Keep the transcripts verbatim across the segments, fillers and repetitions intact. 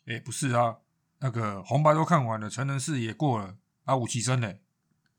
哎，不是啊，那个红白都看完了，成人式也过了，啊，武其生嘞。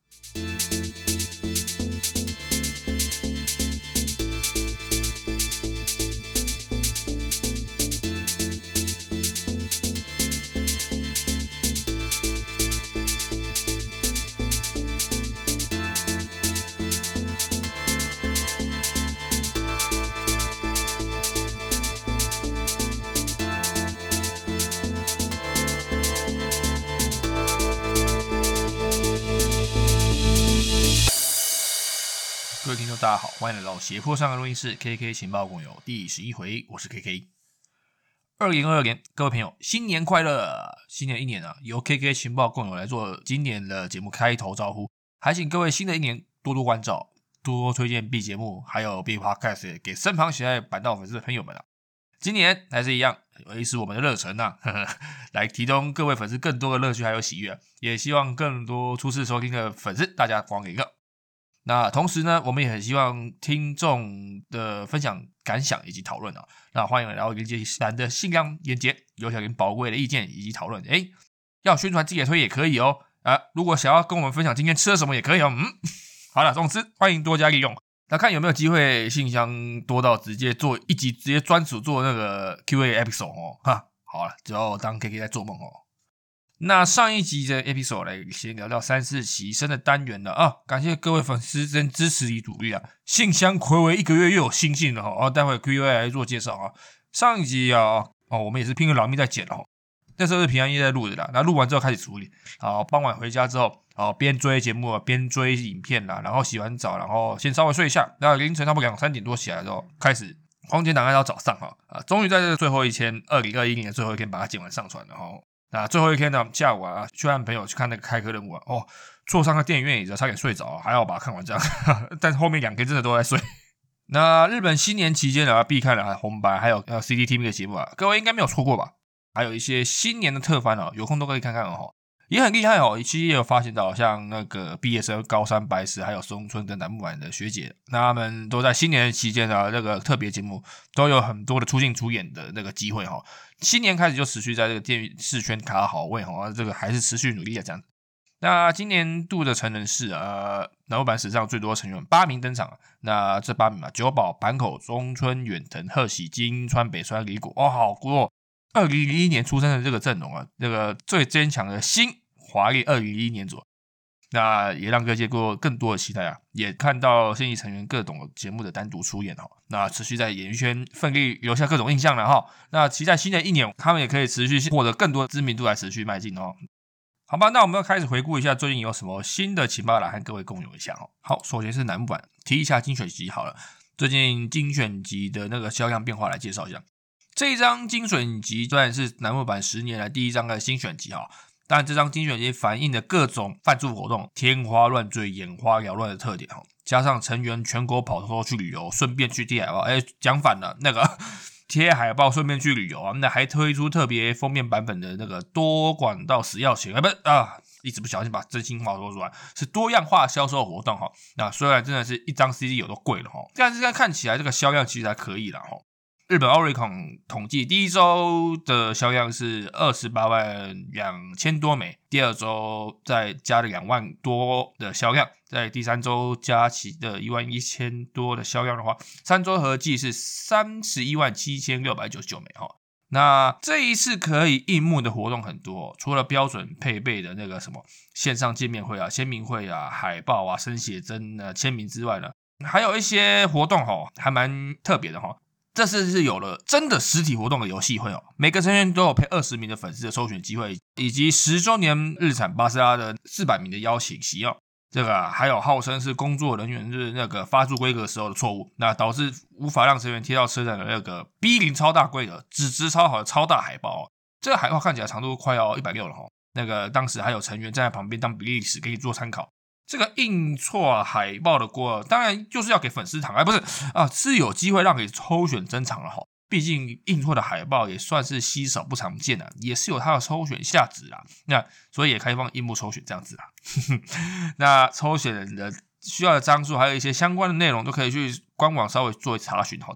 各位听众大家好，欢迎来到斜坡上的录音室 K K 情报共有第十一回，我是 K K。二零二二年，各位朋友，新年快乐！新年一年啊，由 K K 情报共有来做今年的节目开头招呼，还请各位新的一年多多关照，多多推荐 B 节目，还有 B Podcast 给身旁喜爱板道粉丝的朋友们啊。今年还是一样，维持我们的热忱啊，呵呵来提供各位粉丝更多的乐趣还有喜悦，也希望更多初次收听的粉丝大家光临个。那同时呢，我们也很希望听众的分享感想以及讨论啊。那欢迎来到连结栏的信箱连结，留下您宝贵的意见以及讨论。诶，要宣传自己的推也可以哦。啊，如果想要跟我们分享今天吃了什么也可以哦。嗯，好了，总之欢迎多加利用。那看有没有机会信箱多到直接做一集，直接专属做那个 Q A episode 哦。哈，好了，只要当 K K 在做梦哦。那上一集的 episode 来先聊聊三四起身的单元了啊！感谢各位粉丝真支持与鼓励啊！信箱睽违一个月又有新信了哈，哦，待会 Q A 来做介绍啊。上一集啊，哦，我们也是拼个老命在剪哦，那时候是平安夜在录的啦，那录完之后开始处理，好，傍晚回家之后，哦，边追节目边追影片啦，然后洗完澡，然后先稍微睡一下，那凌晨差不多两三点多起来之后开始空间档案到早上哈啊，终于在这最后一天，二零二一年的最后一天把它剪完上传了哈。那最后一天呢，下午啊，去和朋友去看那个开课任务啊，哦，坐上个电影院椅子差点睡着，还要把它看完这样，但是后面两天真的都在睡。那日本新年期间呢，必看了红白还有 C D T V 的节目啊，各位应该没有错过吧？还有一些新年的特番哦，有空都可以看看哦，也很厉害哦。其实也有发现到，像那个毕业生高山白石还有松村等南部版的学姐，那他们都在新年期间呢，那个特别节目都有很多的出镜出演的那个机会哈。新年开始就持续在这个电视圈卡好位哈，这个还是持续努力的这样。那今年度的成人式呃，南部版史上最多成员八名登场，那这八名嘛，九保、坂口、中村、远藤、贺喜、金川、北川、李果，哦，好多哦。二零零一年出生的这个阵容啊，这个最坚强的新华丽二零零一年组，那也让各界过更多的期待啊，也看到现役成员各种节目的单独出演哈，那持续在演艺圈奋力留下各种印象了哈。那期待新的一年，他们也可以持续获得更多知名度来持续迈进哦。好吧，那我们要开始回顾一下最近有什么新的情报来和各位共有一下哦。好，首先是南部版，提一下精选集好了，最近精选集的那个销量变化来介绍一下。这一张精选集虽然是南部版十年来第一张的精选集哈，但这张精选集反映的各种贩助活动天花乱坠、眼花缭乱的特点哈，加上成员全国跑脱去旅游，顺便去贴海报，哎，讲反了，那个贴海报顺便去旅游啊，那还推出特别封面版本的那个多管道死要钱，哎，不是啊，一直不小心把真心话说出来，是多样化销售活动哈。那虽然真的是一张 C D 有都贵了哈，但是看起来这个销量其实还可以啦哈。日本 Oricon 统计第一周的销量是二十八万两千多枚，第二周再加了两万多的销量，在第三周加起的一万一千多的销量的话，三周合计是三十一万七千六百九十九枚哈。那这一次可以应募的活动很多，除了标准配备的那个什么线上见面会啊、签名会啊、海报啊、生写真啊、签名之外呢，还有一些活动哈，还蛮特别的哈。这次是有了真的实体活动的游戏会哦，每个成员都有配二十名的粉丝的抽选机会，以及十周年日产巴斯拉的四百名的邀请席哦。这个、啊、还有号称是工作人员就是那个发注规格时候的错误，那导致无法让成员贴到车站的那个 B 零 超大规格、纸质超好的超大海报哦。这个海报看起来长度快要一百六十了哈、哦。那个当时还有成员站在旁边当比例尺给你做参考。这个印错海报的锅，当然就是要给粉丝糖，哎，不是啊，是有机会让你抽选珍藏了哈。毕竟印错的海报也算是稀少不常见啊，也是有它的抽选价值啊。那所以也开放印幕抽选这样子啊。那抽选人的需要的张数还有一些相关的内容，都可以去官网稍微做查询哈。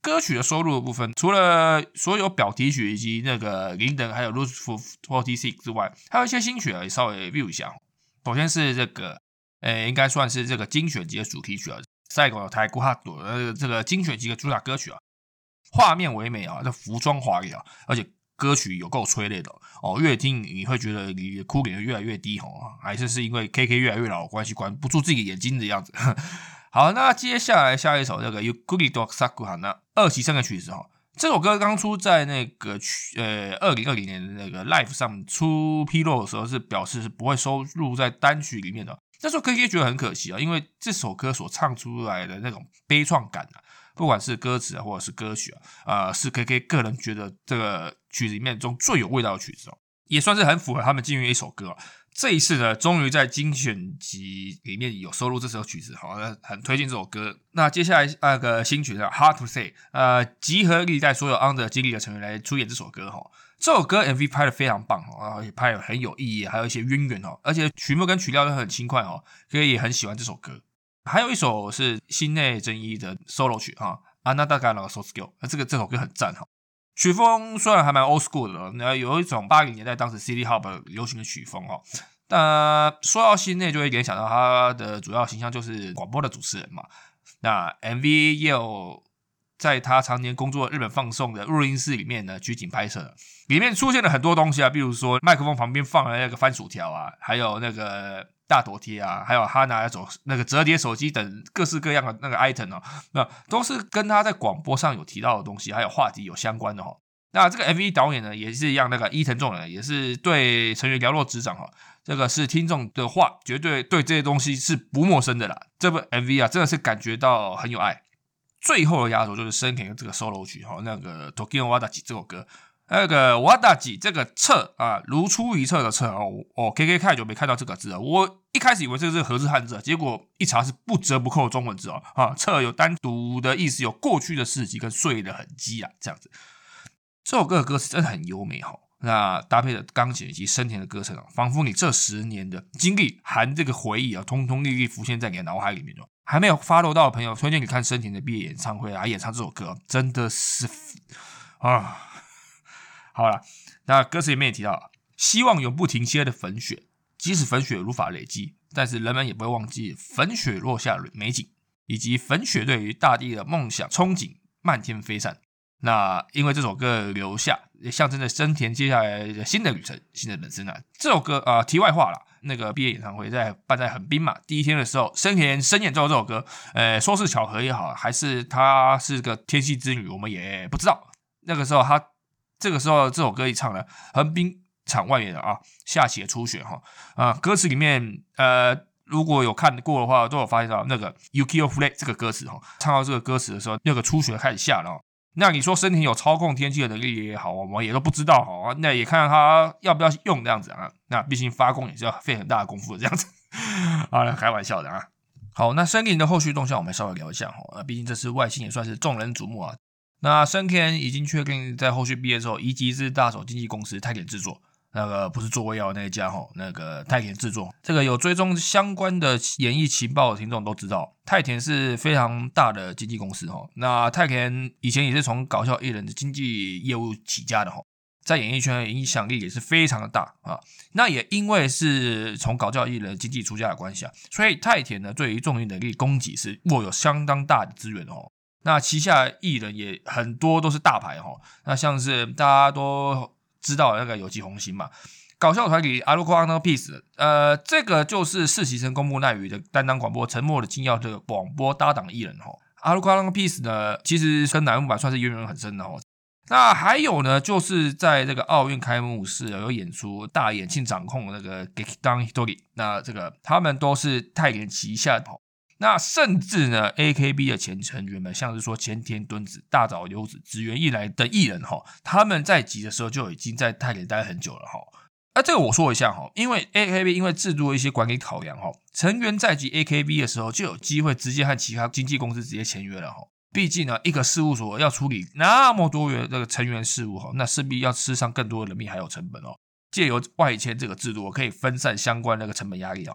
歌曲的收入的部分，除了所有表题曲以及那个林登还有 Route 四十六之外，还有一些新曲也稍微 review 一下。首先是这个，诶，应该算是这个精选集的主题曲啊，赛狗台古哈朵的这个精选集的主打歌曲啊，画面唯美啊，这服装华丽啊，而且歌曲有够催泪的哦，越听你会觉得你的哭点越来越低哦，还是是因为 K K 越来越老的关系，管不住自己眼睛的样子。好，那接下来下一首那个 Yukuri do Sakuhana 二期生的曲子哈，这首歌刚出在那个呃二零二零年的那个 Live 上出披露的时候，是表示是不会收录在单曲里面的。那时候 K K 觉得很可惜啊，因为这首歌所唱出来的那种悲怆感啊，不管是歌词啊或者是歌曲啊，呃，是 K K 个人觉得这个曲子里面中最有味道的曲子哦，也算是很符合他们境遇的一首歌哦。这一次呢，终于在精选集里面有收录这首曲子，好，很推荐这首歌。那接下来那个新曲叫 Hard to Say， 呃，集合历代所有 Under 经历的成员来出演这首歌哈。这首歌 M V 拍得非常棒哦，而且拍得很有意义，还有一些渊源哦，而且曲目跟曲调都很轻快哦，所以也很喜欢这首歌。还有一首是新内真一的 solo 曲哈 ，Anadaga no Sosuke， 这个这首歌很赞哈。曲风虽然还蛮 old school 的，那有一种八零年代当时 City Hop 流行的曲风哦。那说到新内，就会联想到他的主要形象就是广播的主持人嘛。那 M V 也有在他常年工作日本放送的录音室里面呢取景拍摄，里面出现了很多东西啊，比如说麦克风旁边放了那个番薯条啊，还有那个大头贴啊，还有他拿走那个折叠手机等各式各样的那个 item 哦，那都是跟他在广播上有提到的东西，还有话题有相关的哦。那这个 M V 导演呢也是一样，那个伊藤众人也是对成员了若指掌哈，这个是听众的话，绝对对这些东西是不陌生的啦。这部 M V 啊，真的是感觉到很有爱。最后的压轴就是生田这个 solo 曲哈，那个 Tokyo Wadaji 这首歌。那个 Wadaji 这个册啊，如出一辙的册哦，哦 K K 太久没看到这个字了，我一开始以为这个是和字汉字，结果一查是不折不扣的中文字哦，啊，册有单独的意思，有过去的事迹跟岁月的痕迹啊，这样子。这首歌的歌词真的很优美哈，那搭配的钢琴以及生田的歌声啊，仿佛你这十年的经历含这个回忆啊，通通历历浮现在你的脑海里面。还没有 follow 到的朋友，推荐你看生田的毕业演唱会啊，演唱这首歌真的是啊。好了，那歌词里面也提到，希望永不停歇的粉雪，即使粉雪无法累积，但是人们也不会忘记粉雪落下的美景，以及粉雪对于大地的梦想憧憬漫天飞散。那因为这首歌留下，也象征着生田接下来的新的旅程、新的人生啊。这首歌啊、呃，题外话啦，那个毕业演唱会在办在横滨嘛，第一天的时候，生田深演奏这首歌，呃，说是巧合也好，还是他是个天气之女，我们也不知道。那个时候他这个时候这首歌一唱呢，横滨场外面的啊，下起了初雪哈啊，歌词里面呃。如果有看过的话，都有发现到那个 Yukio Fule 这个歌词哈，唱到这个歌词的时候，那个初雪开始下了哦。那你说生田有操控天气的能力也好，我们也都不知道哈。那也看看他要不要用这样子啊。那毕竟发功也是要费很大的功夫的这样子啊，开玩笑的啊。好，那生田的后续动向我们稍微聊一下哈。毕竟这次外星也算是众人瞩目啊。那生田已经确定在后续毕业之后移籍至大手经纪公司太田制作。那个不是做胃药那一家齁，那个太田制作，这个有追踪相关的演艺情报的听众都知道，太田是非常大的经纪公司齁。那太田以前也是从搞笑艺人的经纪业务起家的齁，在演艺圈的影响力也是非常的大啊。那也因为是从搞笑艺人经纪出家的关系啊，所以太田呢对于综艺能力供给是握有相当大的资源齁。那旗下艺人也很多都是大牌齁，那像是大家都知道那个有吉红星嘛，搞笑团体阿鲁夸那个 Peace， 呃，这个就是实习生公布奈语的担当广播沉默的金耀的广播搭档艺人哈。阿鲁夸那个 Peace 呢，其实跟乃木坂算是渊源很深的哦。那还有呢，就是在这个奥运开幕式有演出大眼庆掌控的那个 Gekidan Hitori， 那这个他们都是太田旗下的。那甚至呢 A K B 的前成员们，像是说前田敦子、大沼优子、职员一来的艺人齁，他们在集的时候就已经在太田待很久了齁。那这个我说一下齁，因为 A K B 因为制度的一些管理考量齁，成员在集 A K B 的时候就有机会直接和其他经纪公司直接签约了齁。毕竟呢，一个事务所要处理那么多元的成员事务齁，那势必要吃上更多的人力还有成本哦。借由外签这个制度，可以分散相关那个成本压力哦。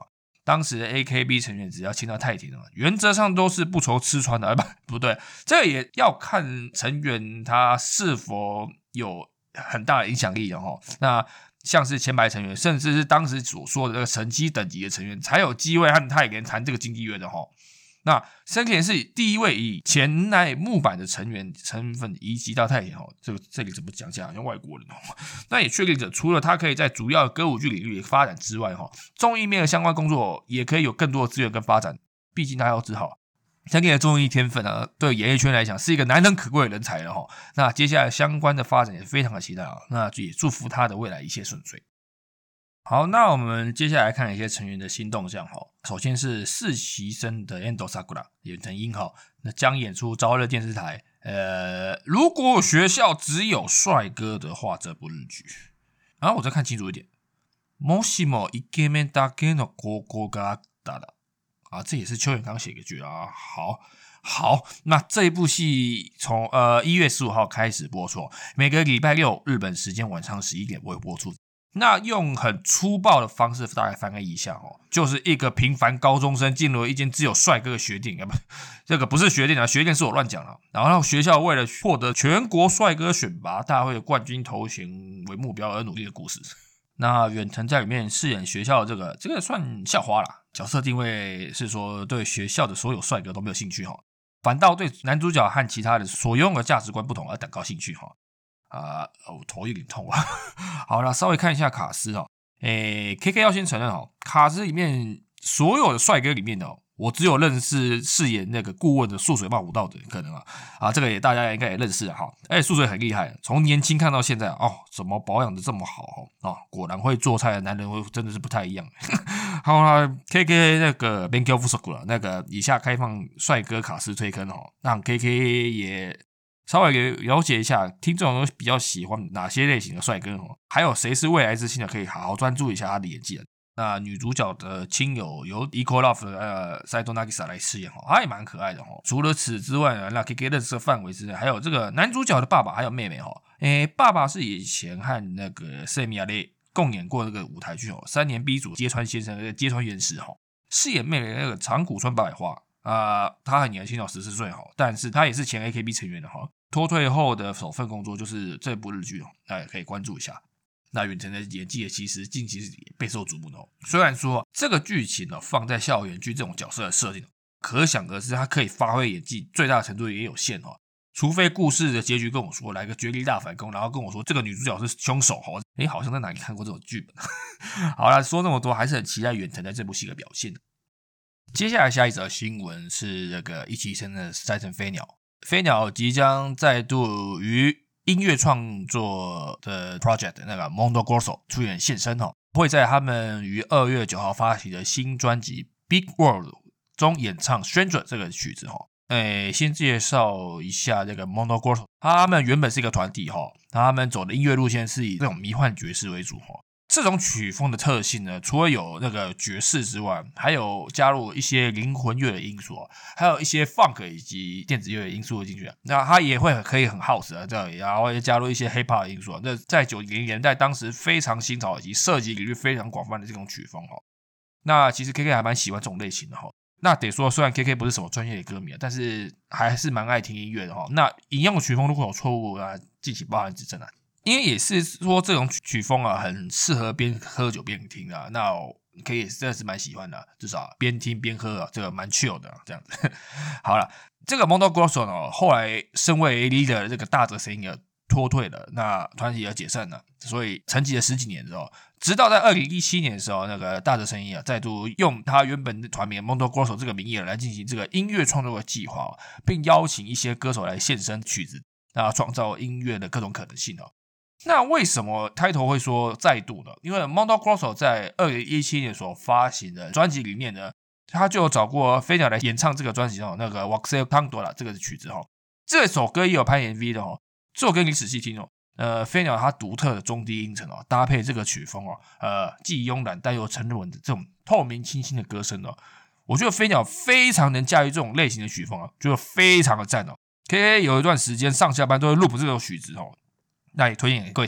当时的 A K B 成员只要签到太田了，原则上都是不愁吃穿的。不不对，这个也要看成员他是否有很大的影响力的哈。那像是前排成员，甚至是当时所说的这个神机等级的成员，才有机会和太田谈这个经纪约的哈。那森田是第一位以前乃木坂的成员身份移籍到太田哦，这个这里怎么讲起来好像外国人哦？那也确定着，除了他可以在主要的歌舞剧领域发展之外，哈，综艺面的相关工作也可以有更多的资源跟发展。毕竟他要知道，森田的综艺天分啊，对演艺圈来讲是一个难能可贵的人才了哈。那接下来相关的发展也非常的期待啊，那也祝福他的未来一切顺遂。好，那我们接下来看一些成员的新动向哈。首先是实习生的 Endo Sakura 远藤樱哈，那将演出朝日电视台。呃，如果学校只有帅哥的话，这部日剧。然后我再看清楚一点，もしもイケメンだけの高校があったら啊，这也是邱远刚写的剧啊。好。好，那这一部戏从呃一月十五号开始播出，每个礼拜六日本时间晚上十一点会播出。那用很粗暴的方式大概翻译一下哦，就是一个平凡高中生进入一间只有帅哥的学店，不，这个不是学店啊，学店是我乱讲了。然后学校为了获得全国帅哥选拔大会的冠军头衔为目标而努力的故事。那远藤在里面饰演学校的这个，这个算校花啦，角色定位是说对学校的所有帅哥都没有兴趣哈，反倒对男主角和其他人所拥有的价值观不同而感到兴趣哈。啊、呃，我头有点痛啊。好了，稍微看一下卡斯哦。诶 ，K K 要先承认哦，卡斯里面所有的帅哥里面哦，我只有认识饰演那个顾问的素水茂武道的可能啊啊，这个也大家应该也认识哈。而且素水很厉害，从年轻看到现在哦，怎么保养的这么好哦？哦，果然会做菜的男人会真的是不太一样。好啦 ，K K 那个 Benkyo Fusoku 那个以下开放帅哥卡斯推坑哦，让 K K 也稍微了解一下听众比较喜欢哪些类型的帅哥哦，还有谁是未来之星的，可以好好专注一下他的演技。那女主角的亲友由 Equal Love 的呃 Saito Nagisa 来饰演哦，她也蛮可爱的哦。除了此之外呢，那 K K 认识的范围之内，还有这个男主角的爸爸还有妹妹哦。诶，爸爸是以前和那个 Semi Ale 共演过那个舞台剧哦，三年 B 组揭穿先生的揭穿原始哦，饰演妹妹那个长谷川八百花啊、呃，她很年轻哦，十四岁哦，但是她也是前 A K B 成员的哈、哦。脱退后的首份工作就是这部日剧哦，大家可以关注一下。那远藤的演技也其实近期也备受瞩目的哦。虽然说这个剧情呢放在校园剧这种角色的设定，可想而知他可以发挥演技最大的程度也有限哦。除非故事的结局跟我说来个绝地大反攻，然后跟我说这个女主角是凶手哦，诶，好像在哪里看过这种剧本。好啦，说这么多，还是很期待远藤在这部戏的表现。接下来下一则新闻是这个一期生的赛城飞鸟。飞鸟即将再度于音乐创作的 project 那个 Mondo Grosso 出演现身哦，会在他们于二月九号发行的新专辑 Big World 中演唱 Stranger 这个曲子哦。诶，先介绍一下这个 Mondo Grosso， 他们原本是一个团体哦，他们走的音乐路线是以这种迷幻爵士为主哦。这种曲风的特性呢，除了有那个爵士之外，还有加入一些灵魂乐的因素，还有一些 funk 以及电子乐的因素进去。那它也会可以很 house 啊，这样，然后也加入一些 hip hop 的因素。这在九零年代当时非常新潮以及涉及领域非常广泛的这种曲风哦。那其实 K K 还蛮喜欢这种类型的哈。那得说，虽然 K K 不是什么专业的歌迷，但是还是蛮爱听音乐的哈。那引用曲风如果有错误啊，敬请包涵指正啊。因为也是说这种曲风啊，很适合边喝酒边听啊，那可以真的是蛮喜欢的，至少边听边喝啊，这个蛮 chill 的、啊、这样子。好了，这个 Mondo Grosso 呢，后来身为 leader 的这个大泽伸也脱退了，那团体也解散了，所以沉寂了十几年之后，直到在二零一七年的时候，那个大泽伸也再度用他原本的团名 Mondo Grosso 这个名义来进行这个音乐创作的计划，并邀请一些歌手来献身曲子，那创造音乐的各种可能性哦。那为什么开头会说再度呢？因为 Mondo Grosso 在二零一七年所发行的专辑里面呢，他就有找过飞鸟来演唱这个专辑哦，那个 Waxel Tandola 这个曲子哦，这首歌也有拍 M V 的哦。这首歌你仔细听哦，呃，飞鸟它独特的中低音程哦，搭配这个曲风哦，呃，既慵懒但又沉稳的这种透明清新的歌声哦，我觉得飞鸟非常能驾驭这种类型的曲风啊，就非常的赞哦。K K 有一段时间上下班都会 loop 这首曲子哦。那也推荐给各位听众，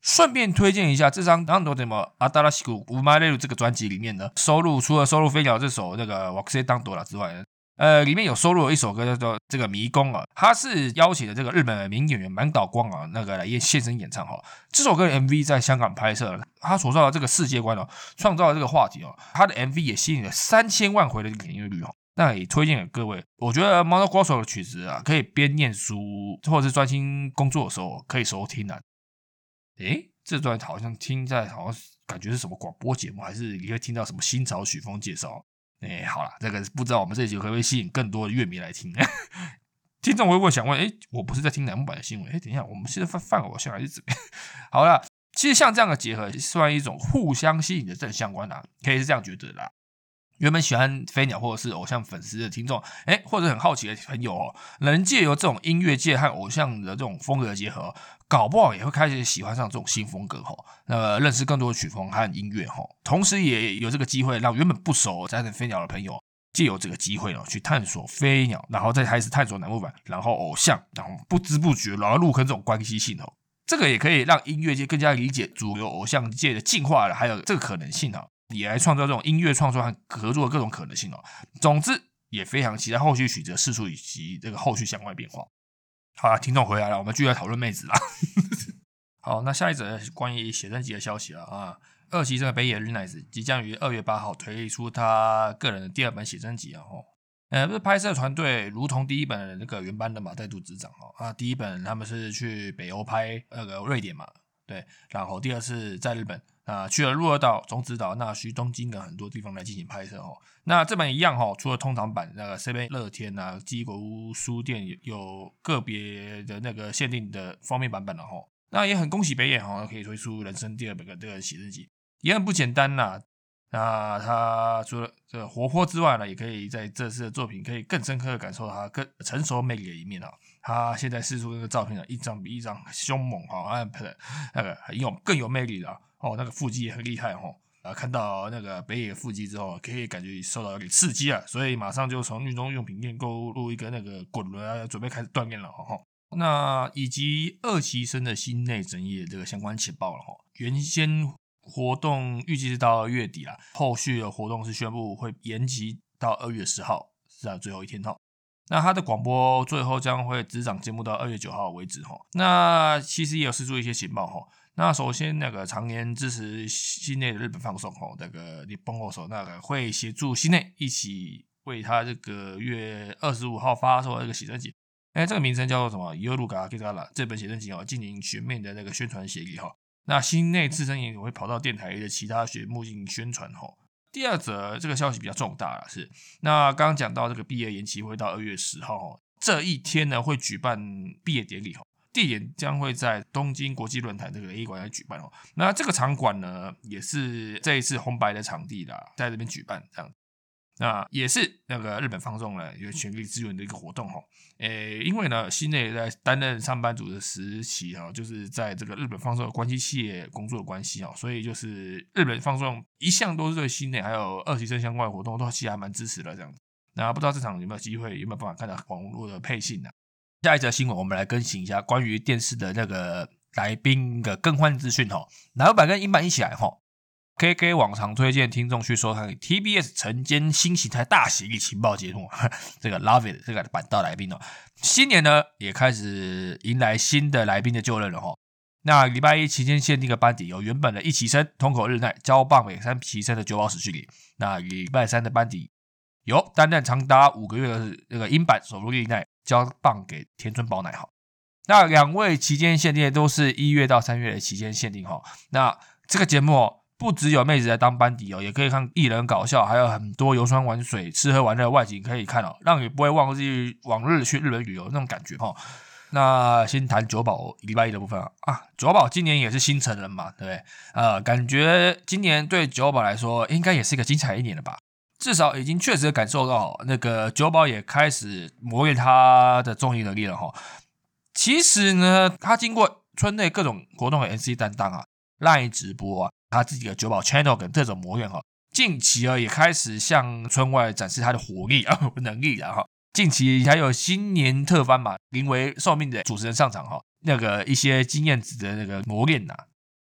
顺便推荐一下这张《なんとでも新しく生まれる》这个专辑里面呢，收录除了收录飞鸟这首那个《惑星当多拉》之外呢，呃，里面有收录了一首歌叫做这个迷宫啊，他是邀请了这个日本的名演员满岛光啊，那个来现身演唱哈。这首歌的 M V 在香港拍摄，他所造的这个世界观哦，创造了这个话题哦，他的 M V 也吸引了三千万回的点阅率哦。那也推荐给各位，我觉得猫头歌手的曲子啊，可以边念书或者是专心工作的时候可以收听啊。诶，这段好像听在好像感觉是什么广播节目，还是你会听到什么新潮曲风介绍？诶，好啦，这个不知道我们这一集会不会吸引更多的乐迷来听？听众会不会想问？诶，我不是在听乃木坂的新闻？诶，等一下，我们现在犯犯偶像还是怎么样？好啦，其实像这样的结合，算一种互相吸引的正相关啊，可以是这样觉得啦。原本喜欢飞鸟或者是偶像粉丝的听众，哎，或者很好奇的朋友哦，能借由这种音乐界和偶像的这种风格的结合，搞不好也会开始喜欢上这种新风格哈，那认识更多的曲风和音乐哈，同时也有这个机会让原本不熟在飞鸟的朋友，借由这个机会呢去探索飞鸟，然后再开始探索乃木坂，然后偶像，然后不知不觉然后入坑这种关系性哦，这个也可以让音乐界更加理解主流偶像界的进化了，还有这个可能性哈。也来创造这种音乐创作和合作的各种可能性哦。总之，也非常期待后续曲折释出以及这个后续相关的变化。好啦，听众回来了，我们继续来讨论妹子啦。好，那下一则关于写真集的消息了啊。二期生的北野日奈子即将于二月八号推出他个人的第二本写真集啊。呃，不是拍摄团队如同第一本的那个原班的马再度执掌哦。啊，第一本他们是去北欧拍那个瑞典嘛，对，然后第二次在日本。啊，去了鹿儿岛、种子岛、那须、东京的很多地方来进行拍摄哦。那这本一样哦，除了通常版那个 seven 乐天啊、基国屋书店有个别的那个限定的封面版本了哦。那也很恭喜北野哦，可以推出人生第二本的这个写真集，也很不简单啦。那他除了这个活泼之外呢，也可以在这次的作品可以更深刻的感受他更成熟魅力的一面啊。他现在释出那个照片呢，一张比一张凶猛哈，那个很有更有魅力了。哦，那个腹肌也很厉害哦，啊，看到那个北野的腹肌之后，可以感觉受到有点刺激啊，所以马上就从运动用品店购入一个那个滚轮啊，准备开始锻炼了哈。那以及二期生的心内整页这个相关情报了哈。原先活动预计是到月底啦，后续的活动是宣布会延期到二月十号，是啊最后一天哈。那他的广播最后将会执掌节目到二月九号为止哈。那其实也有释出一些情报哈。那首先，那个常年支持西内的日本放送吼，那个日本放送那个会协助西内一起为他这个月二十五号发售的这个写真集，哎，这个名称叫做什么 ？Yoruga Kitara 这本写真集哦，进行全面的那个宣传协议哈。那西内自身也会跑到电台的其他节目进行宣传吼。第二则这个消息比较重大了，是那刚刚讲到这个毕业延期会到二月十号吼，这一天呢会举办毕业典礼吼。地点将会在东京国际论坛这个 A 馆来举办哦。那这个场馆呢，也是这一次红白的场地啦，在这边举办这样。那也是那个日本放送了有全力支援的一个活动哈。诶，因为呢，西内在担任上班族的时期哈，就是在这个日本放送的关系企业工作的关系哈，所以就是日本放送一向都是对西内还有二期生相关的活动都其实还蛮支持的这样。那不知道这场有没有机会，有没有办法看到网络的配信呢？下一则新闻，我们来更新一下关于电视的那个来宾的更换资讯哈。乃木坂跟樱坂一起来哈 ，K K 往常推荐听众去收看 T B S 晨间新形态大喜力情报节目，这个 Love It 这个板道来宾哦。新年呢也开始迎来新的来宾的就任了哈。那礼拜一期间限定的班底有原本的一期生通口日奈交棒给三期生的久保史绪里，那礼拜三的班底有担任长达五个月的那个樱坂手入日奈。交棒给田村宝乃哈，那两位期间限定都是一月到三月的期间限定哈。那这个节目哦，不只有妹子来当班底哦，也可以看艺人搞笑，还有很多游川玩水、吃喝玩乐的外景可以看哦，让你不会忘记往日去日本旅游那种感觉哈。那先谈久保礼拜一的部分啊，啊，久保今年也是新成人嘛，对不对？呃，感觉今年对久保来说应该也是一个精彩一年了吧。至少已经确实感受到那个久保也开始磨练他的综艺能力了哈。其实呢，他经过村内各种活动的 M C 担当啊、Line 直播啊、他自己的久保 Channel 等这种磨练哈，近期啊也开始向村外展示他的火力啊能力了哈。近期还有新年特番嘛，临危受命的主持人上场哈，那个一些经验值的那个磨练呐、啊。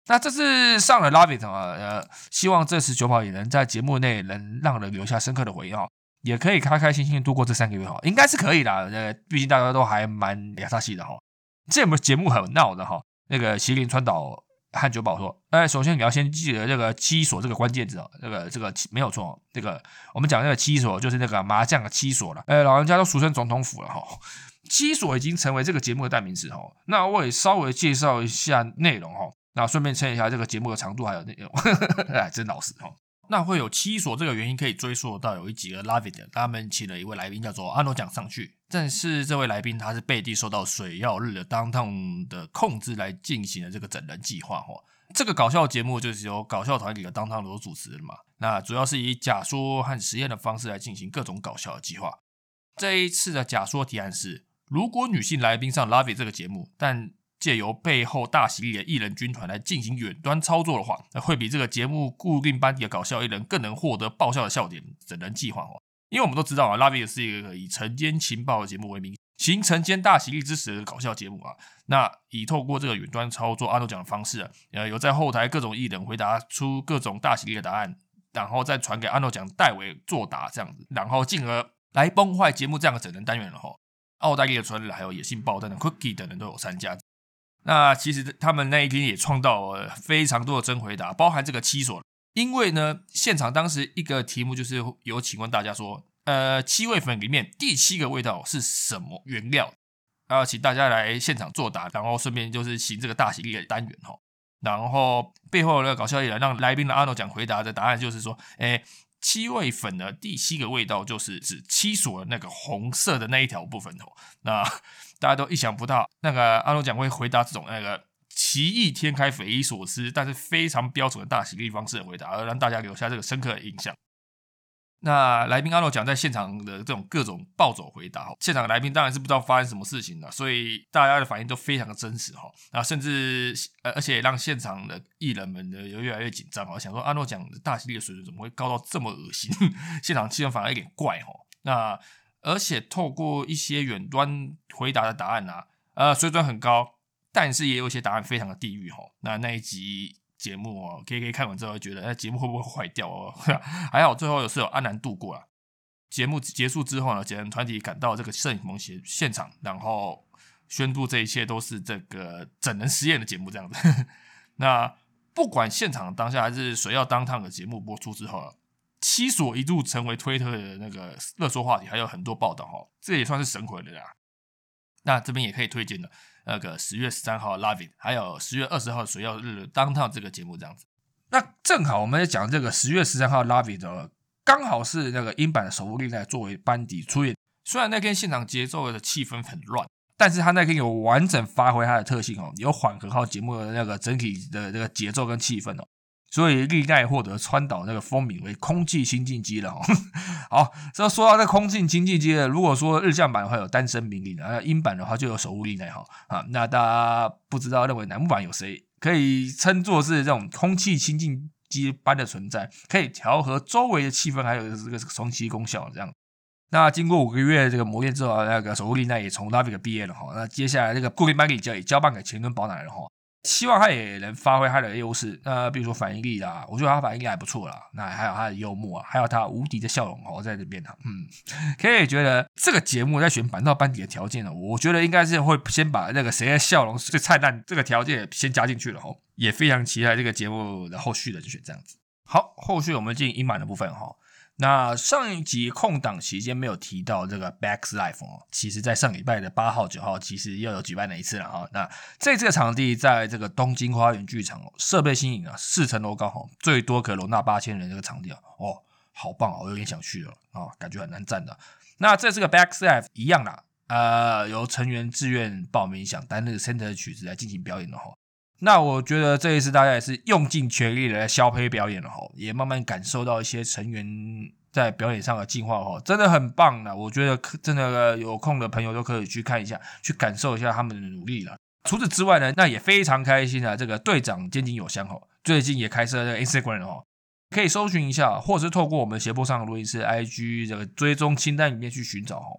那这次上了 Love It 啊，呃，希望这次九跑也能在节目内能让人留下深刻的回忆哦，也可以开开心心度过这三个月哈，应该是可以啦。呃，毕竟大家都还蛮亚萨系的哈。这个节目很闹的哈，那个麒麟川岛和九保说，哎，首先你要先记得这个七锁这个关键字哦，这个这个没有错哦，这个我们讲那个七锁就是那个麻将的七锁了，哎，老人家都俗称总统府了哈。七锁已经成为这个节目的代名词哈。那我也稍微介绍一下内容哈。那顺便称一下这个节目的长度还有内容，哎，真老实哦。那会有七锁这个原因可以追溯到有一集的 Love It， 他们请了一位来宾叫做阿诺奖上去，但是这位来宾他是背地受到水曜日的 Downtown 的控制来进行的这个整人计划哦。这个搞笑节目就是由搞笑团体的 Downtown 所主持的嘛，那主要是以假说和实验的方式来进行各种搞笑的计划。这一次的假说提案是，如果女性来宾上 Love It 这个节目，但借由背后大喜力的艺人军团来进行远端操作的话，会比这个节目固定班底的搞笑艺人更能获得爆笑的笑点整人计划。因为我们都知道啊 Love It 是一个以晨间情报的节目为名，行晨间大喜力之实的搞笑节目啊。那以透过这个远端操作阿诺奖的方式啊，呃，有在后台各种艺人回答出各种大喜力的答案，然后再传给阿诺奖代为作答这样子，然后进而来崩坏节目这样的整人单元了哈。奥黛丽的传人还有野性爆弹的 Cookie 等人都有参加。那其实他们那一天也创造了非常多的真回答，包含这个七锁。因为呢，现场当时一个题目就是有请问大家说，呃，七味粉里面第七个味道是什么原料？啊，请大家来现场作答，然后顺便就是行这个大喜力的单元哈。然后背后的那个搞笑艺人让来宾的阿诺讲回答的答案就是说，诶，七味粉的第七个味道就是指七锁的那个红色的那一条部分哦。那大家都意想不到，那个阿诺奖会回答这种那个奇异天开、匪夷所思，但是非常标准的大喜力方式的回答，而让大家留下这个深刻的印象。那来宾阿诺奖在现场的这种各种暴走回答，现场的来宾当然是不知道发生什么事情了，所以大家的反应都非常的真实哈。那甚至呃，而且让现场的艺人们呢越来越紧张，想说阿诺奖的大喜力的水准怎么会高到这么恶心？现场气氛反而有点怪哈。那而且透过一些远端回答的答案啊，呃，水准很高，但是也有一些答案非常的地狱哈。那那一集节目哦 ，K K 看完之后觉得，哎，节目会不会坏掉哦？还好最后有是有安然度过啊。节目结束之后呢，几人团体赶到这个摄影棚现场，然后宣布这一切都是这个整人实验的节目这样子。那不管现场当下还是谁要当趟的节目播出之后啊，七锁一度成为推特的那个热搜话题，还有很多报道哈，这也算是神回了啦。那这边也可以推荐的那个十月十三号 Love It， 还有十月二十号水曜日当趟这个节目这样子。那正好我们在讲这个十月十三号 Love It， 刚好是那个英版的守护令在作为班底出演。虽然那天现场节奏的气氛很乱，但是他那天有完整发挥他的特性哦，有缓和好节目的那个整体的这个节奏跟气氛哦。所以历代获得川岛那个风名为空气清净机了哦。好，这说到这空气清净机了，如果说日向版的话有单身命令，那英版的话就有守护令哈。啊，那大家不知道认为楠木版有谁可以称作是这种空气清净机般的存在，可以调和周围的气氛，还有这个冲击功效这样。那经过五个月这个磨练之后，那个守护令那也从 Love It 毕业了哈。那接下来这个固定班底就也交棒给前根宝乃了哈。希望他也能发挥他的优势，呃，比如说反应力啦，我觉得他反应力还不错啦。那还有他的幽默啊，还有他无敌的笑容哦，在这边啊，嗯，可以觉得这个节目在选板道班底的条件呢，我觉得应该是会先把那个谁的笑容最灿烂这个条件先加进去了哈，也非常期待这个节目的后续的就选这样子。好，后续我们进英版的部分哈。那上一集空档期间没有提到这个 Back's Life 哦，其实在上礼拜的八号、九号其实又有举办了一次了哈。那这次的场地在这个东京花园剧场哦，设备新颖啊，四层楼高哈，最多可容纳八千人这个场地哦，哦，好棒哦，我有点想去了啊、哦，感觉很难站的。那这次个 Back's Life 一样啦，呃，由成员自愿报名想担任 center 的曲子来进行表演的哈。那我觉得这一次大家也是用尽全力的来消配表演了哈，也慢慢感受到一些成员在表演上的进化哈，真的很棒啦。我觉得真的有空的朋友都可以去看一下，去感受一下他们的努力啦。除此之外呢，那也非常开心啊，这个队长肩井有香哈，最近也开设了 Instagram 哈，可以搜寻一下，或是透过我们斜坡上的录音室 I G 这个追踪清单里面去寻找哈。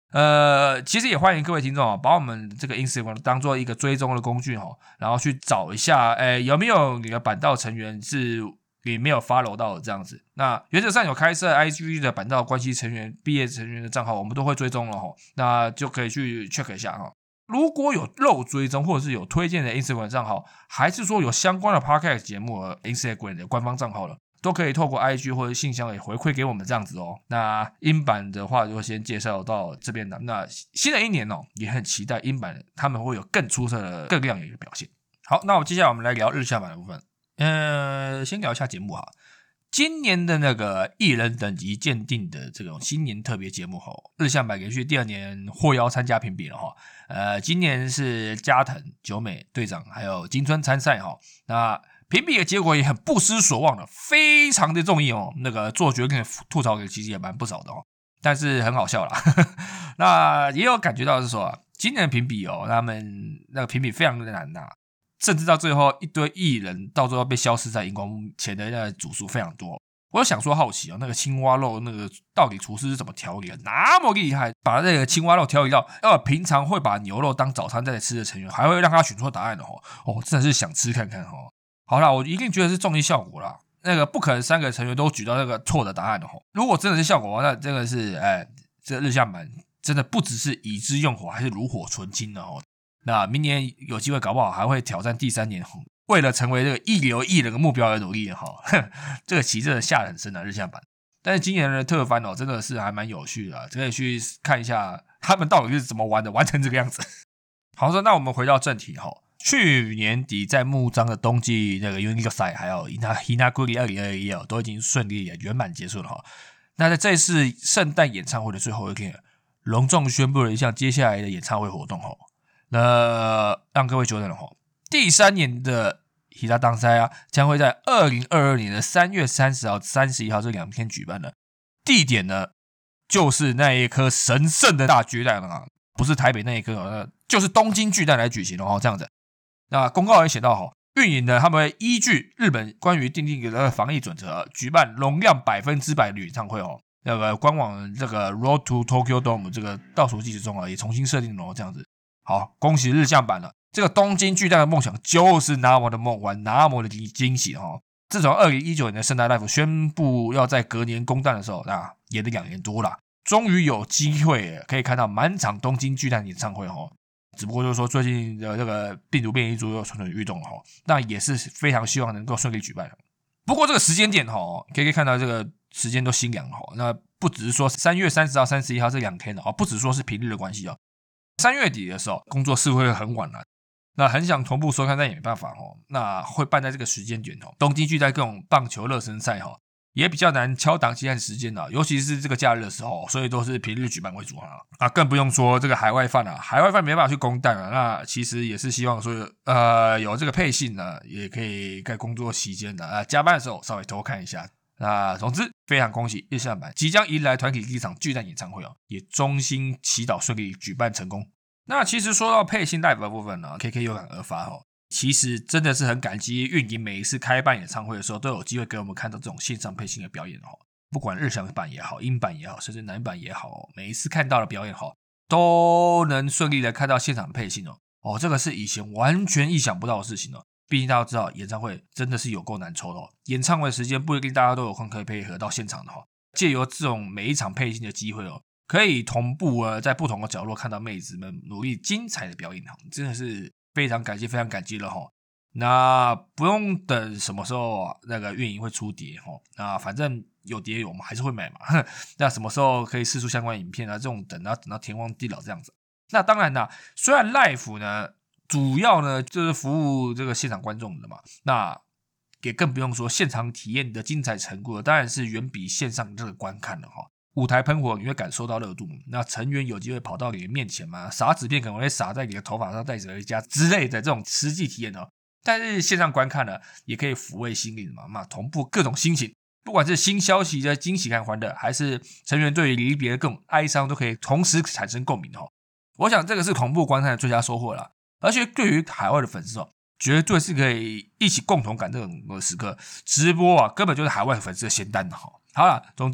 呃，其实也欢迎各位听众啊，把我们这个 Instagram 当做一个追踪的工具哈，然后去找一下，哎，有没有你的板道成员是你没有 follow 到的这样子。那原则上有开设 I G 的板道关系成员、毕业成员的账号，我们都会追踪了哈，那就可以去 check 一下哈。如果有漏追踪或者是有推荐的 Instagram 账号，还是说有相关的 Podcast 节目和 Instagram 的官方账号了，都可以透过 I G 或者信箱也回馈给我们这样子哦。那英版的话就先介绍到这边的。那新的一年哦，也很期待英版他们会有更出色的、更亮眼的表现。好，那我接下来我们来聊日向版的部分。呃，先聊一下节目哈。今年的那个艺人等级鉴定的这种新年特别节目哈，日向版连续第二年获邀参加评比了哈。呃，今年是加藤、久美队长还有金村参赛哈。那评比的结果也很不失所望的，非常的中意哦。那个做决定吐槽的其实也蛮不少的哦，但是很好笑啦。那也有感觉到是说啊，今年的评比哦，他们那个评比非常的难呐，甚至到最后一堆艺人到最后被消失在荧光幕前的那个组数非常多。我有想说好奇哦，那个青蛙肉那个到底厨师是怎么调理的？那么厉害，把那个青蛙肉调理到，要平常会把牛肉当早餐在吃的成员，还会让他选错答案的哦。哦，真的是想吃看看哦。好啦，我一定觉得是综艺效果啦。那个不可能三个成员都举到那个错的答案的吼。如果真的是效果，那真的是哎，这日向版真的不只是以之用火，还是炉火纯青的哦。那明年有机会搞不好还会挑战第三年吼，为了成为这个一流艺人的目标而努力哈。这个棋真的下得很深啊，日向版。但是今年的特番哦，真的是还蛮有趣的，可以去看一下他们到底是怎么玩的，玩成这个样子。好说，那我们回到正题哈。去年底在木章的冬季那个 Unique 赛，还有 Hinaguri 二零二一都已经顺利圆满结束了哈。那在这次圣诞演唱会的最后一天，隆重宣布了一项接下来的演唱会活动哈。那让各位久等了哈，第三年的 Hina 当赛啊，将会在二零二二年的三月三十号、三十一号这两天举办的。地点呢，就是那一颗神圣的大巨蛋啊，不是台北那一颗，就是东京巨蛋来举行的哦，这样子。那公告也写到，运营呢，他们会依据日本关于订定的防疫准则，举办容量百分之百的演唱会哦。那个官网这个 Road to Tokyo Dome 这个倒数计时中啊，也重新设定了这样子。好，恭喜日向版了，这个东京巨蛋的梦想就是那么的梦幻，那么的惊喜哦。自从二零一九年的圣诞 Live 宣布要在隔年公蛋的时候，那演了两年多了，终于有机会可以看到满场东京巨蛋演唱会哦。只不过就是说，最近的这个病毒变异株又蠢蠢欲动了哈，那也是非常希望能够顺利举办。不过这个时间点哈，可以看到这个时间都心凉哈。那不只是说三月三十号、三十一号这两天哦，不只说是平日的关系哦。三月底的时候，工作室会很晚了，那很想同步收看，但也没办法哦。那会办在这个时间点哦，东京巨蛋各种棒球热身赛哈。也比较难敲档期和时间的，尤其是这个假日的时候，所以都是平日举办为主啊。啊，更不用说这个海外饭啊，海外饭没办法去公蛋啊。那其实也是希望说，呃，有这个配信呢，也可以在工作期间的啊，加班的时候稍微偷看一下。那总之，非常恭喜日向版即将迎来团体第一场巨蛋演唱会哦，也衷心祈祷顺利举办成功。那其实说到配信 live 的部分呢 ，K K 有感而发哦。其实真的是很感激运营每一次开办演唱会的时候都有机会给我们看到这种线上配信的表演哦，不管日向版也好，英版也好，甚至男版也好，每一次看到的表演好都能顺利的看到现场的配信哦。哦，这个是以前完全意想不到的事情哦。毕竟大家知道演唱会真的是有够难抽的哦，演唱会时间不一定大家都有空可以配合到现场的哦。借由这种每一场配信的机会哦，可以同步呃在不同的角落看到妹子们努力精彩的表演哦，真的是非常感谢，非常感激了哈。那不用等什么时候那个运营会出碟哈，那反正有碟我们还是会买嘛。那什么时候可以释出相关影片啊？这种等到等到天荒地老这样子。那当然啦，虽然 Live 呢主要呢就是服务这个现场观众的嘛，那也更不用说现场体验的精彩程度，当然是远比线上这个观看的哈。舞台喷火你会感受到热度，那成员有机会跑到你的面前嘛，撒纸片可能会撒在你的头发上，带着回家之类的这种实际体验哦。但是线上观看呢，也可以抚慰心灵嘛，嘛同步各种心情，不管是新消息的惊喜和欢乐，还是成员对于离别的各种哀伤，都可以同时产生共鸣哦。我想这个是同步观看的最佳收获啦，而且对于海外的粉丝哦，绝对是可以一起共同感这种时刻。直播啊，根本就是海外粉丝的仙丹哈。好啦，总之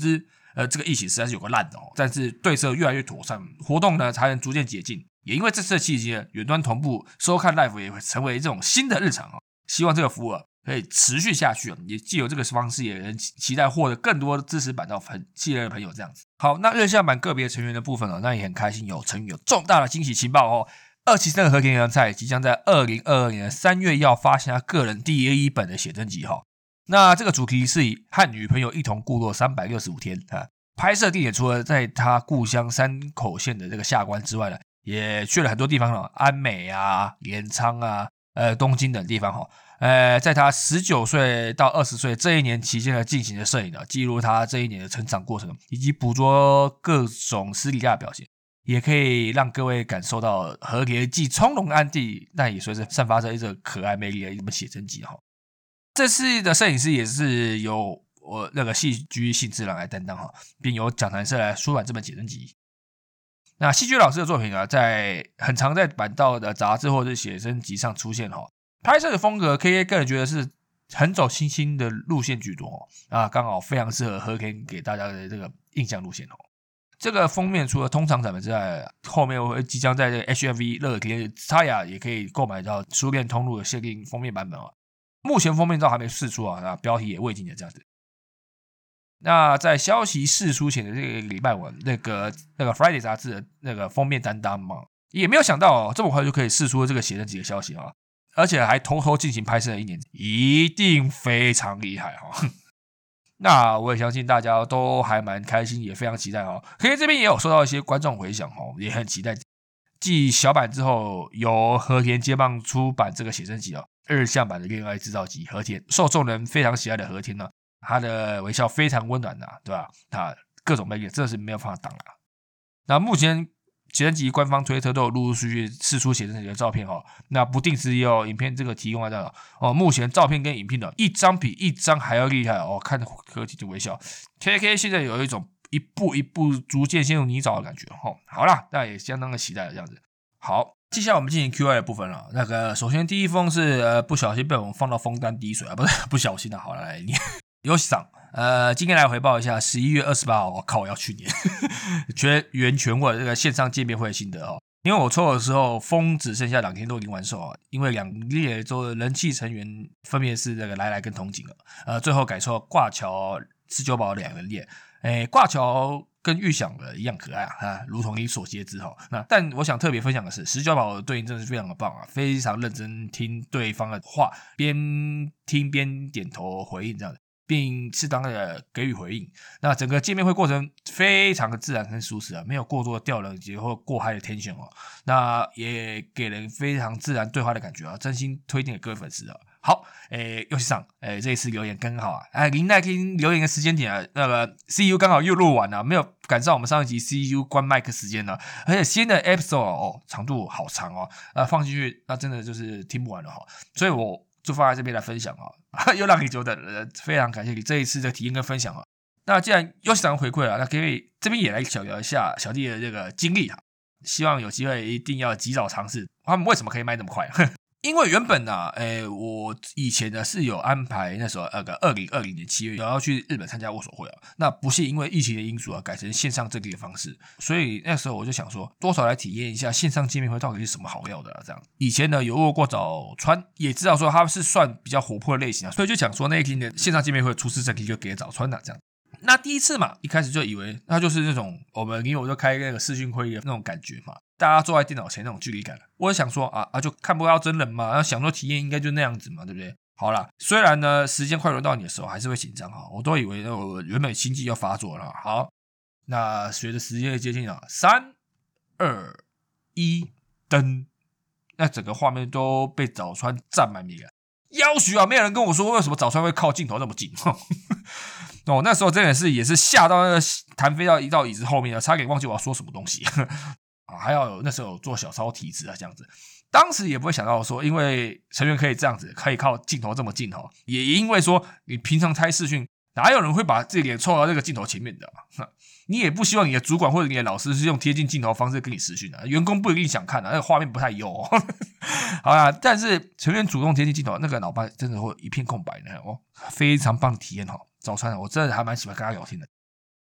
呃，这个疫情实在是有个烂的哦，但是对策越来越妥善，活动呢才能逐渐解禁。也因为这次的契机呢，远端同步收看 live 也会成为这种新的日常哦。希望这个服务啊可以持续下去，也藉由这个方式，也能期待获得更多的支持版到粉系列的朋友这样子。好，那热象版个别成员的部分哦，那也很开心，有成员有重大的惊喜情报哦。二期生的和田洋菜即将在二零二二年三月要发行他个人第一本的写真集哈。那这个主题是以和女朋友一同故作三百六十五天啊，拍摄地点除了在他故乡山口县的这个下关之外呢，也去了很多地方了，安美啊、镰仓啊、呃东京等地方哈。呃，在他十九岁到二十岁这一年期间的进行的摄影啊，记录他这一年的成长过程，以及捕捉各种私底下的表现，也可以让各位感受到和田既从容安定，但也随着散发着一种可爱魅力的一本写真集哈。这次的摄影师也是由我那个戏居幸之郎来担当哈，并由讲谈社来出版这本写真集。那戏居老师的作品啊，在很常在版道的杂志或者写真集上出现哈。拍摄的风格 ，K K 个人觉得是很走新兴的路线居多哦，啊，刚好非常适合和田给大家的这个印象路线哦。这个封面除了通常展本之外，后面会即将在这个 H M V 乐天 Tsaya 也可以购买到书店通路的限定封面版本哦。目前封面照还没释出啊，那标题也未定的这样子。那在消息释出前的这个礼拜五，那个那个 Friday 杂志的那个封面担当嘛，也没有想到哦，这么快就可以释出这个写真集的消息啊。而且还偷偷进行拍摄了一年，一定非常厉害哈、哦。那我也相信大家都还蛮开心，也非常期待哈、哦。K K 这边也有收到一些观众回响哈，也很期待。继小版之后，由和田接棒出版这个写真集哦，日向版的恋爱制造集，和田受众人非常喜爱的和田呢，他的微笑非常温暖呐、啊，对吧？他各种魅力真的是没有办法挡啊。那目前写真集官方推特都有陆陆续续释出写真集的照片哈，那不定时也有影片这个提供在这哦。目前照片跟影片的一张比一张还要厉害哦，看着和田的微笑 ，K K 现在有一种一步一步逐渐陷入泥沼的感觉哈。好啦，那也相当的期待了这样子。好，接下来我们进行 Q A 的部分了。那个首先第一封是呃不小心被我们放到封单滴水啊，不是不小心的、啊，好了来念。有赏，呃，今天来回报一下十一月二十八号，我靠，我要去年全员全会这个线上见面会的心得哦。因为我抽的时候，封只剩下两天都已经完售啊，因为两列周的人气成员分别是这个来来跟同景了，呃，最后改抽挂桥十九宝两人列，诶，挂桥跟预想的一样可爱啊，啊如同你所皆知哈。那但我想特别分享的是，十九宝的对应真的是非常的棒啊，非常认真听对方的话，边听边点头回应这样子。并适当的给予回应，那整个见面会过程非常的自然跟舒适啊，没有过多的吊冷节或过嗨的 tension 哦，那也给人非常自然对话的感觉啊，真心推荐给各位粉丝啊。好，诶，游戏上，诶，这一次留言刚好啊，哎，林奈听留言的时间点啊，那个 C U 刚好又录完了、啊，没有赶上我们上一集 C U 关麦克时间呢、啊，而且新的 episode 哦，长度好长哦，呃，放进去那真的就是听不完了哈，所以我就放在这边来分享啊，又让你久等了，非常感谢你这一次的体验跟分享啊。那既然游戏长回馈了，那可以这边也来小聊一下小弟的这个经历哈，希望有机会一定要及早尝试。他们为什么可以卖那么快？因为原本呢、啊，诶，我以前呢是有安排那时候那个二零二零年七月有要去日本参加握手会啊，那不是因为疫情的因素啊，改成线上这个方式，所以那时候我就想说，多少来体验一下线上见面会到底是什么好料的啊，这样。以前呢有握过早川，也知道说他是算比较活泼的类型啊，所以就想说那一天的线上见面会出师正题就给早川了这样。那第一次嘛，一开始就以为那就是那种我们因为我就开那个视讯会议的那种感觉嘛，大家坐在电脑前那种距离感。我想说啊啊，就看不到真人嘛，那想说体验应该就那样子嘛，对不对？好啦，虽然呢时间快轮到你的时候还是会紧张哈，我都以为我原本心悸要发作了。好，那随着时间的接近啊，三二一灯，那整个画面都被早川占满名了。要许啊，没有人跟我说为什么早川会靠镜头那么近。哦，那时候真的是也是吓到那个弹飞到移到椅子后面了，差点忘记我要说什么东西啊！还要有那时候有做小抄题字啊，这样子，当时也不会想到说，因为成员可以这样子，可以靠镜头这么近哦，也因为说你平常开视讯，哪有人会把自己脸凑到这个镜头前面的、啊？你也不希望你的主管或者你的老师是用贴近镜头的方式跟你视讯的，员工不一定想看的、啊，那个画面不太优、哦。好啦，但是成员主动贴近镜头，那个脑袋真的会一片空白的哦，非常棒的体验哈。早川，我真的还蛮喜欢跟他聊天的。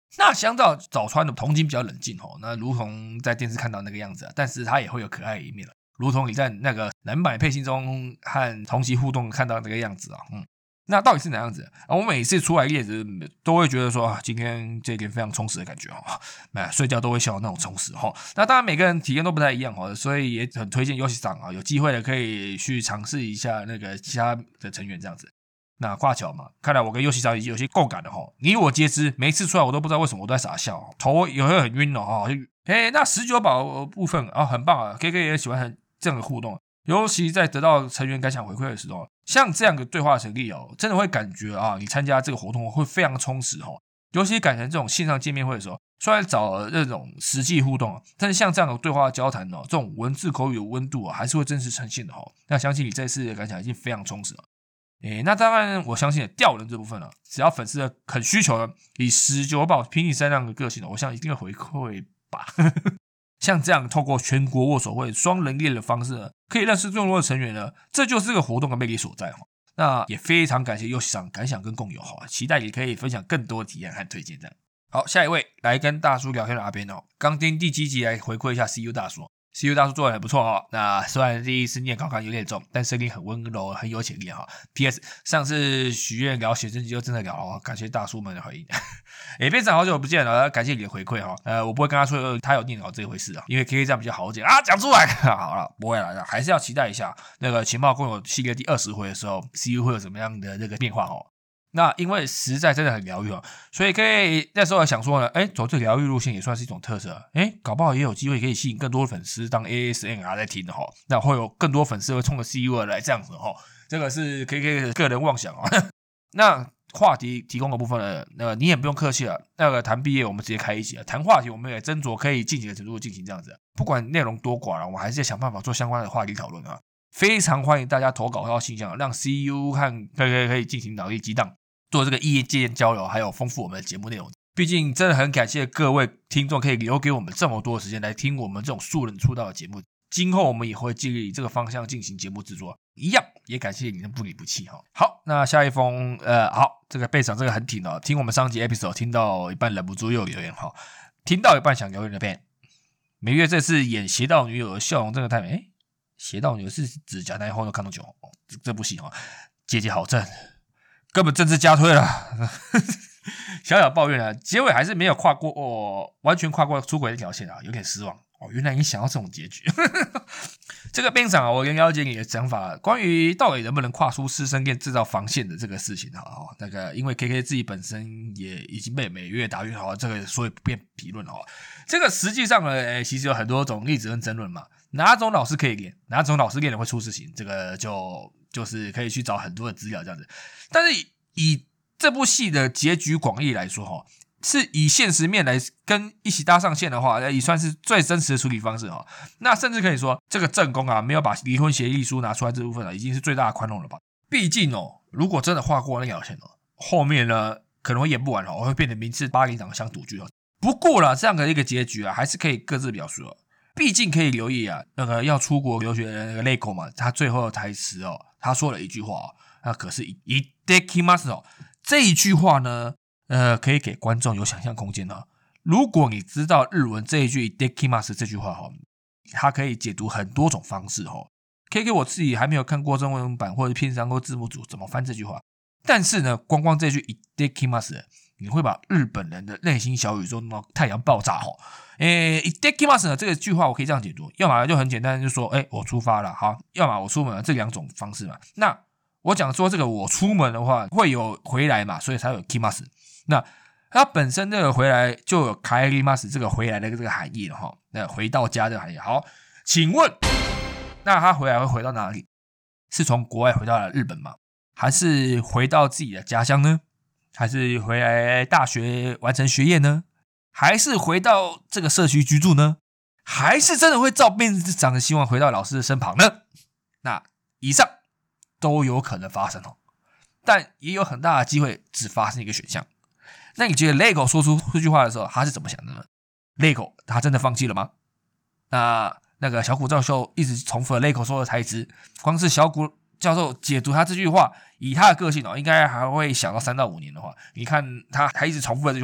那相较早川的童金比较冷静哦，那如同在电视看到那个样子啊，但是他也会有可爱的一面了，如同你在那个男版配信中和同期互动看到那个样子啊，嗯。那到底是哪样子啊？我每次出来夜子都会觉得说，啊，今天这一天非常充实的感觉哈，哎，睡觉都会笑那种充实哈。那当然每个人体验都不太一样哈，所以也很推荐游戏长啊，有机会的可以去尝试一下那个其他的成员这样子。那挂巧嘛，看来我跟游戏长已经有些共感了哈。你我皆知，每一次出来我都不知道为什么我都在傻笑，头也会很晕哦哈。哎，那十九宝部分啊，很棒啊 ，K K 也喜欢这样的互动。尤其在得到成员感想回馈的时候，像这样的对话成立哦，真的会感觉啊，你参加这个活动会非常充实哦。尤其改成这种线上见面会的时候，虽然找了那种实际互动，但是像这样的对话交谈哦，这种文字口语的温度啊，还是会真实呈现的哦。那相信你这次的感想已经非常充实了。诶，那当然，我相信吊人这部分啊，只要粉丝很需求的，以十九宝平地三样的个性，我想一定会回馈吧。像这样透过全国握手会双人恋的方式呢，可以认识更多的成员呢，这就是这个活动的魅力所在哈。那也非常感谢游戏长感想跟共有哈，期待你可以分享更多的体验和推荐这样。好，下一位来跟大叔聊天的阿边哦，刚听第七集来回馈一下 C U 大叔。C U 大叔做得很不错哦，那虽然第一次念考考有点重，但声音很温柔，很有潜力哈。P S 上次许愿聊写真集就真的聊哦，感谢大叔们的回应。诶，非常好久不见了，感谢你的回馈哈。呃，我不会跟他说他有念稿这回事啊，因为 K K 这样比较好讲啊，讲出来。好了，不会了，还是要期待一下那个情报共有系列第二十回的时候 ，C U 会有什么样的这个变化哦。那因为实在真的很疗愈哦，所以可以那时候想说呢，哎，走这个疗愈路线也算是一种特色，哎，搞不好也有机会可以吸引更多的粉丝当 A S M R 在听的哈，那会有更多粉丝会冲着 C U 来这样子哈，这个是 K K 的个人妄想啊。那话题提供的部分呢，那个你也不用客气了，那个谈毕业我们直接开一集了，谈话题我们也斟酌可以尽情的程度进行这样子，不管内容多寡了，我还是要想办法做相关的话题讨论啊。非常欢迎大家投稿到信箱，让 C U 和 K K 可以进行脑力激荡。做这个意见交流，还有丰富我们的节目内容。毕竟真的很感谢各位听众可以留给我们这么多的时间来听我们这种素人出道的节目。今后我们也会尽力以这个方向进行节目制作，一样也感谢你的不离不弃哈。好，那下一封呃，好，这个贝长这个很挺哦，听我们上集 episode 听到一半忍不住又留言哈，听到一半想留言的 Ben， 每月这次演邪道女友的笑容真的太美，诶邪道女友是指甲奈后的看到久哦，这部戏哈，姐姐好正。根本政治加推了，小小抱怨啊，结尾还是没有跨过哦，完全跨过出轨那条线啊，有点失望哦。原来你想要这种结局，这个编长啊，我很了解你的想法，关于到底能不能跨出师生恋制造防线的这个事情哈、哦，那个因为 K K 自己本身也已经被每月打晕好，这个所以不便评论哦。这个实际上呢，诶其实有很多种例子跟争论嘛，哪种老师可以练，哪种老师练了会出事情，这个就就是可以去找很多的资料这样子。但是以这部戏的结局广义来说哈，是以现实面来跟一起搭上线的话，也算是最真实的处理方式哈。那甚至可以说，这个正宫啊没有把离婚协议书拿出来这部分啊，已经是最大的宽容了吧？毕竟哦，如果真的划过那条线哦，后面呢可能会演不完哦，会变成明治巴黎党乡土剧哦。不过啦，这样的一个结局啊，还是可以各自表述哦。毕竟可以留意啊，那个要出国留学的那个泪口嘛，他最后的台词哦，他说了一句话哦。那可是一 dekimasu 哦，这一句话呢，呃，可以给观众有想象空间的。如果你知道日文这一句 dekimasu 这句话哈，它可以解读很多种方式哈。K K 我自己还没有看过中文版或者片商或字幕组怎么翻这句话，但是呢，光光这句 dekimasu， 你会把日本人的内心小宇宙弄到太阳爆炸哈。诶 dekimasu 呢这个句话我可以这样解读，要么就很简单，就说哎我出发了好，要么我出门了，这两种方式嘛。那我讲说这个我出门的话会有回来嘛，所以才有 kimasu。那它本身这个回来就有 kaerimasu 这个回来的这个含义了哈，那回到家这个含义。好，请问那他回来会回到哪里？是从国外回到了日本吗？还是回到自己的家乡呢？还是回来大学完成学业呢？还是回到这个社区居住呢？还是真的会照编织长的希望回到老师的身旁呢？那以上都有可能发生哦，但也有很大的机会只发生一个选项。那你觉得 Lego 说出这句话的时候，他是怎么想的呢 ？Lego 他真的放弃了吗？那那个小谷教授一直重复了 Lego 说的台词，光是小谷教授解读他这句话，以他的个性哦，应该还会想到三到五年的话。你看他还一直重复了这句话，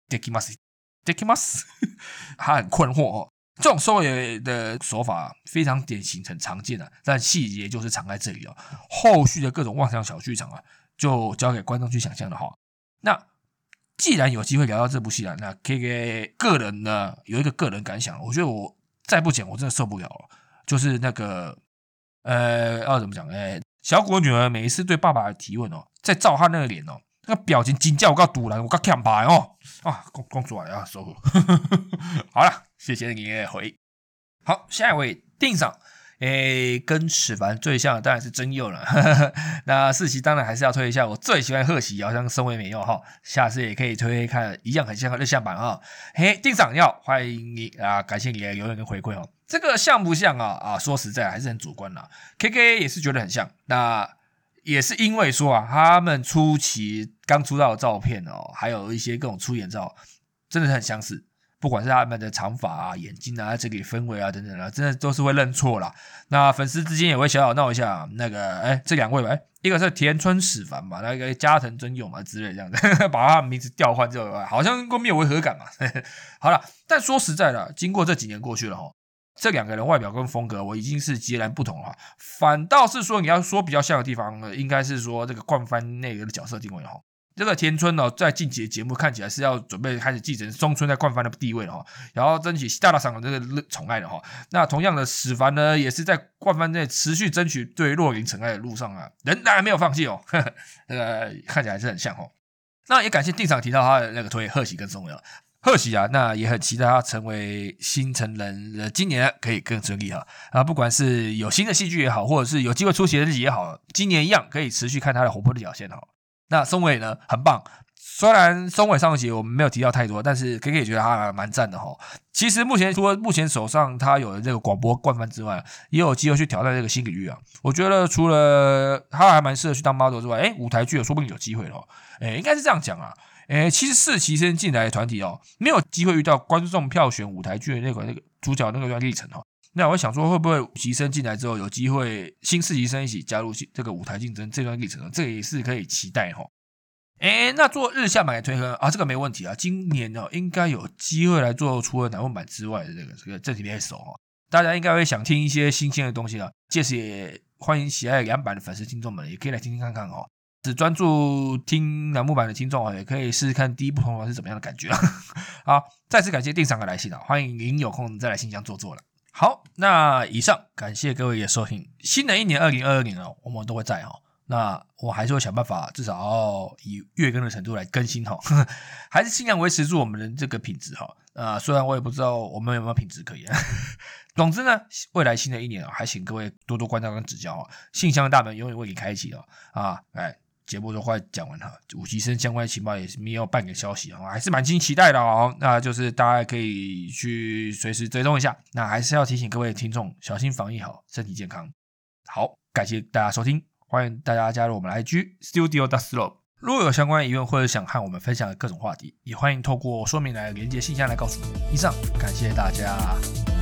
できますできます他很困惑哦。这种收尾的手法非常典型，很常见啊，但细节就是藏在这里哦。后续的各种妄想小剧场啊，就交给观众去想象的哈。那既然有机会聊到这部戏了，那 K K 个人呢有一个个人感想，我觉得我再不讲我真的受不了了，就是那个呃要怎么讲？哎，小果女儿每一次对爸爸的提问哦，在照他那个脸哦，那个表情真叫我够堵然，我够欠牌哦啊，讲讲出来啊，收获。好了，谢谢你的回。好，下一位定赏。诶，跟史凡最像的当然是真佑了。那四期当然还是要推一下我最喜欢贺喜，好像身为美佑哈，下次也可以推推看一样很像的日向版哈。嘿，定赏要欢迎你啊，感谢你的留言跟回馈哦。这个像不像啊？啊，说实在还是很主观啦。K K 也是觉得很像，那也是因为说啊，他们初期刚出道的照片哦，还有一些各种出演照，真的是很相似。不管是他们的长发啊、眼睛啊、这个氛围啊等等啊，真的都是会认错啦。那粉丝之间也会小小闹一下，那个哎，这两位吧，一个是田村史凡嘛，那个加藤真佑嘛之类这样子，把他的名字调换之后，好像都没有违和感嘛。好了，但说实在的，经过这几年过去了哈，这两个人外表跟风格我已经是截然不同了。反倒是说你要说比较像的地方，应该是说这个冠番那个角色定位哈。这个田村哦，在近期的节目看起来是要准备开始继承松村在冠番的地位了哈，然后争取大大赏的这个宠爱了哈。那同样的史凡呢，也是在冠番内持续争取对洛林宠爱的路上啊，仍然没有放弃哦。呵呵呃，看起来还是很像哦。那也感谢定场提到他的那个推贺喜跟松永。贺喜啊，那也很期待他成为新成人的今年可以更顺利哈啊，不管是有新的戏剧也好，或者是有机会出席的日子也好，今年一样可以持续看他的活泼的表现哈。那松尾呢，很棒。虽然松尾上集我们没有提到太多，但是 K K 也觉得他蛮赞的哈。其实目前除了目前手上他有的这个广播冠番之外，也有机会去挑战这个新领域啊。我觉得除了他还蛮适合去当 model 之外，哎，舞台剧说不定有机会了。哎，应该是这样讲啊。哎，其实四期生进来的团体哦，没有机会遇到观众票选舞台剧的那个那个主角那个段历程哦。那我想说，会不会五期生进来之后有机会新四期生一起加入这个舞台竞争这段历程呢？这个也是可以期待哈。诶，那做日向版的推歌啊，这个没问题啊。今年哦，应该有机会来做除了乃木坂之外的这个这个正题 S 哦，大家应该会想听一些新鲜的东西啊。届时也欢迎喜爱两版的粉丝听众们，也可以来听听看看哦。只专注听乃木坂的听众啊，也可以试试看第一部同人是怎么样的感觉啊。好，再次感谢定赏的来信啊，欢迎您有空再来信箱坐坐了。好，那以上感谢各位的收听。新的一年二零二二年哦，我们都会在哦。那我还是会想办法，至少要以月更的程度来更新哈，还是尽量维持住我们的这个品质哈。呃，虽然我也不知道我们有没有品质可言。总之呢，未来新的一年啊，还请各位多多关照跟指教啊。信箱的大门永远为你开启哦。啊，哎。节目都快讲完了，五期生相关的情报也是没有半个消息啊，还是蛮惊期待的哦。那就是大家可以去随时追踪一下。那还是要提醒各位听众，小心防疫好，身体健康。好，感谢大家收听，欢迎大家加入我们的 I G Studio Slow。如果有相关疑问或者想和我们分享的各种话题，也欢迎透过说明栏连接信箱来告诉我。以上，感谢大家。